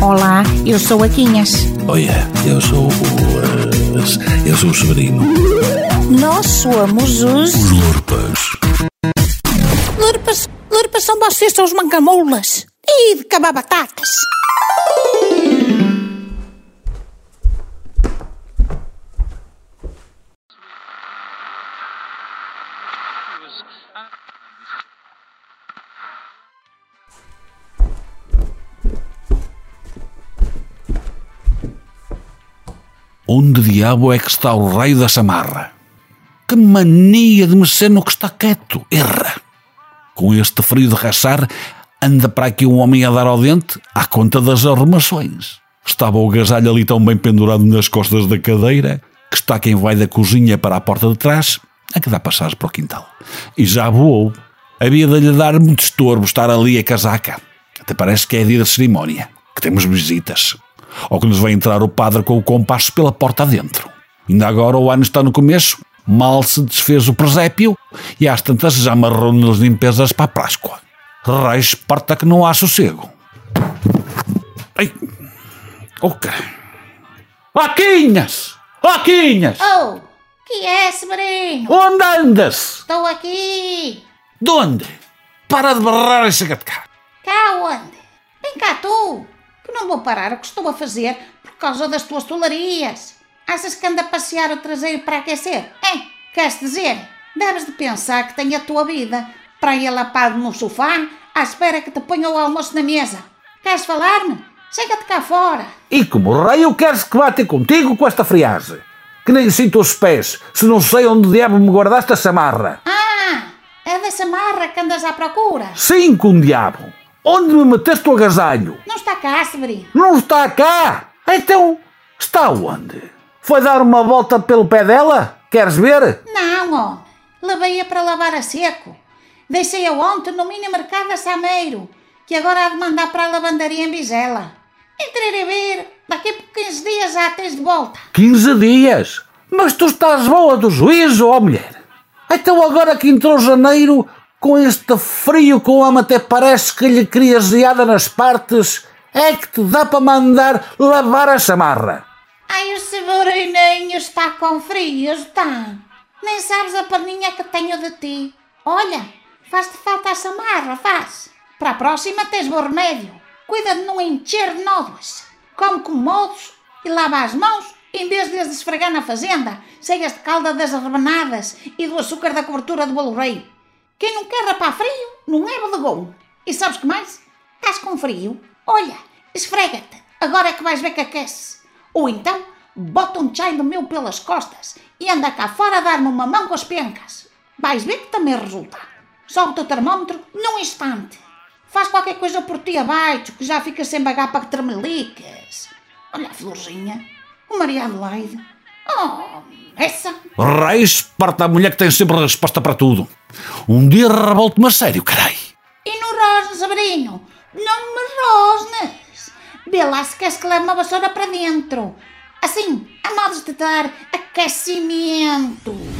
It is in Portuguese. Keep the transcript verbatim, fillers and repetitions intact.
Olá, eu sou a Quinhas. Olha, eu sou o... Uh, eu sou o Severino. Nós somos os... Os Lurpas. Lurpas, Lurpas são vocês, são os mancamoulas. E de cabar batatas. Onde diabo é que está o raio da chamarra? Que mania de mexer no que está quieto. Erra! Com este frio de rachar, anda para aqui um homem a dar ao dente à conta das arrumações. Estava o agasalho ali tão bem pendurado nas costas da cadeira que está quem vai da cozinha para a porta de trás a que dá passagens para o quintal. E já voou. Havia de lhe dar muito estorbo estar ali a casaca. Até parece que é dia de cerimónia, que temos visitas. Ou que nos vai entrar o padre com o compasso pela porta adentro. Ainda agora o ano está no começo, mal se desfez o presépio e às tantas já amarrou nas limpezas para a Páscoa. Raios, parta que não há sossego. Ai, ok. Quinhas! Ó Quinhas! Oh, que é, Severino? Onde andas? Estou aqui. De onde? Para de barrar e chega de cá. Cá onde? Vem cá tu, que não vou parar o que estou a fazer por causa das tuas tolarias. Achas que anda a passear o traseiro para aquecer? É, queres dizer? Deves de pensar que tenho a tua vida para ir lapado no sofá à espera que te ponha o almoço na mesa. Queres falar-me? Chega-te cá fora. E como raio queres que vá ter contigo com esta friagem? Que nem sinto os pés, se não sei onde diabo me guardaste a chamarra. Ah, é da chamarra que andas à procura? Sim, com diabo. Onde me meteste o agasalho? Não está cá, Severino. Não está cá? Então, está onde? Foi dar uma volta pelo pé dela? Queres ver? Não, ó. Levei-a para lavar a seco. Deixei-a ontem no mini mercado a Sameiro, que agora há de mandar para a lavandaria em Vizela. Entrei a ver, daqui por quinze dias já tens de volta. quinze dias? Mas tu estás boa do juízo, ó mulher. Então agora que entrou janeiro, com este frio que o homem até parece que lhe cria geada nas partes, é que te dá para mandar lavar a chamarra. Ai, o Severininho está com frio, está. Nem sabes a perninha que tenho de ti. Olha, faz-te falta a chamarra, faz. Para a próxima tens bom remédio. Cuida de não encher de nódoas. Come com modos e lava as mãos em vez de as esfregar na fazenda, cheias de calda das rebanadas e do açúcar da cobertura do bolo rei. Quem não quer rapar frio, não é bodegão. E sabes que mais? Estás com frio? Olha, esfrega-te, agora é que vais ver que aquece. Ou então, bota um chai do meu pelas costas e anda cá fora a dar-me uma mão com as pencas. Vais ver que também resulta. Sobe o termómetro num instante. Faz qualquer coisa por ti abaixo, que já ficas sem bagar para que tremelicas. Olha a florzinha, o Maria Adelaide. Oh, essa... Raios, parta a mulher que tem sempre resposta para tudo. Um dia revolto-me a sério, carai. E no rosne, Severino? Não me rosnes. Vê lá se queres que leve uma vassoura para dentro. Assim, a modos de dar aquecimento.